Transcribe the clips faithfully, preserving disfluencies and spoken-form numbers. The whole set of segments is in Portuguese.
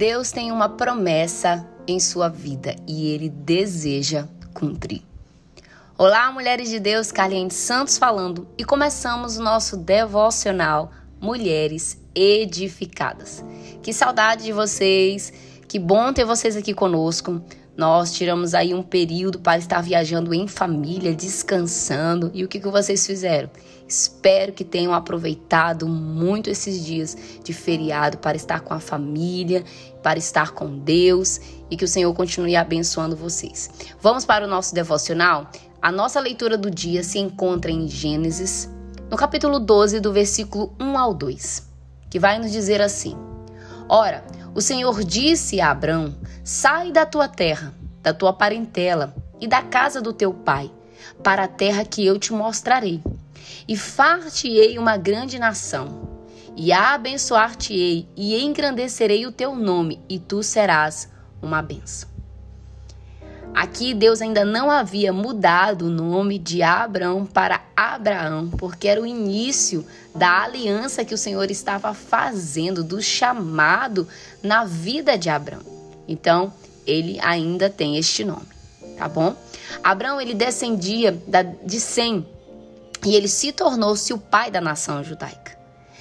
Deus tem uma promessa em sua vida e Ele deseja cumprir. Olá, mulheres de Deus, Carliane Santos falando e começamos o nosso devocional Mulheres Edificadas. Que saudade de vocês, que bom ter vocês aqui conosco. Nós tiramos aí um período para estar viajando em família, descansando. E o que, que vocês fizeram? Espero que tenham aproveitado muito esses dias de feriado para estar com a família, para estar com Deus e que o Senhor continue abençoando vocês. Vamos para o nosso devocional? A nossa leitura do dia se encontra em Gênesis, no capítulo doze, do versículo um ao dois, que vai nos dizer assim: Ora, o Senhor disse a Abrão: sai da tua terra, da tua parentela e da casa do teu pai, para a terra que eu te mostrarei. E far-te-ei uma grande nação, e abençoar-te-ei, e engrandecerei o teu nome, e tu serás uma bênção. Aqui Deus ainda não havia mudado o nome de Abrão para Abraão, porque era o início da aliança que o Senhor estava fazendo, do chamado na vida de Abrão. Então, ele ainda tem este nome, tá bom? Abrão, ele descendia da, de Sem, e ele se tornou-se o pai da nação judaica.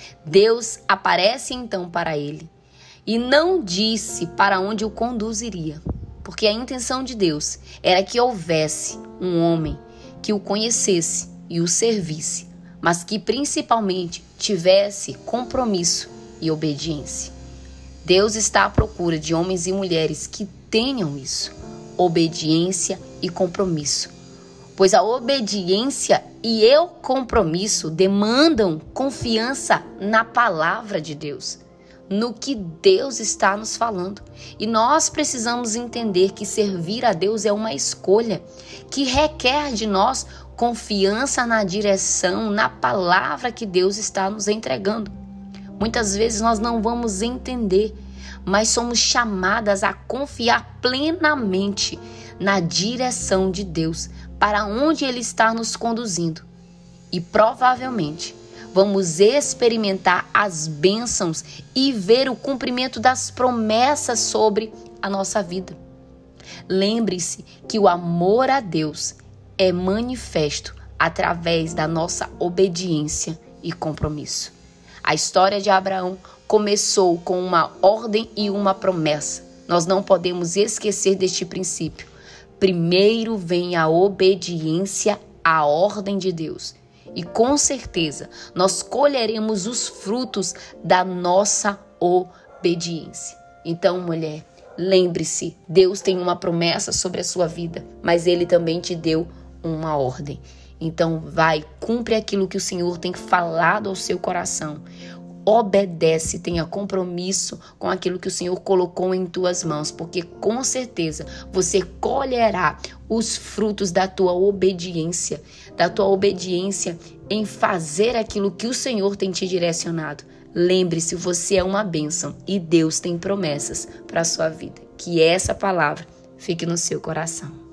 Deus aparece então para ele e não disse para onde o conduziria, porque a intenção de Deus era que houvesse um homem que o conhecesse e o servisse, mas que principalmente tivesse compromisso e obediência. Deus está à procura de homens e mulheres que tenham isso, obediência e compromisso. Pois a obediência e o compromisso demandam confiança na palavra de Deus, no que Deus está nos falando. E nós precisamos entender que servir a Deus é uma escolha que requer de nós confiança na direção, na palavra que Deus está nos entregando. Muitas vezes nós não vamos entender, mas somos chamadas a confiar plenamente na direção de Deus, para onde Ele está nos conduzindo. E provavelmente vamos experimentar as bênçãos e ver o cumprimento das promessas sobre a nossa vida. Lembre-se que o amor a Deus é manifesto através da nossa obediência e compromisso. A história de Abraão começou com uma ordem e uma promessa. Nós não podemos esquecer deste princípio. Primeiro vem a obediência à ordem de Deus. E com certeza nós colheremos os frutos da nossa obediência. Então, mulher, lembre-se, Deus tem uma promessa sobre a sua vida, mas Ele também te deu uma ordem. Então vai, cumpre aquilo que o Senhor tem falado ao seu coração. Obedece, tenha compromisso com aquilo que o Senhor colocou em tuas mãos, porque com certeza você colherá os frutos da tua obediência, da tua obediência em fazer aquilo que o Senhor tem te direcionado. Lembre-se, você é uma bênção e Deus tem promessas para a sua vida. Que essa palavra fique no seu coração.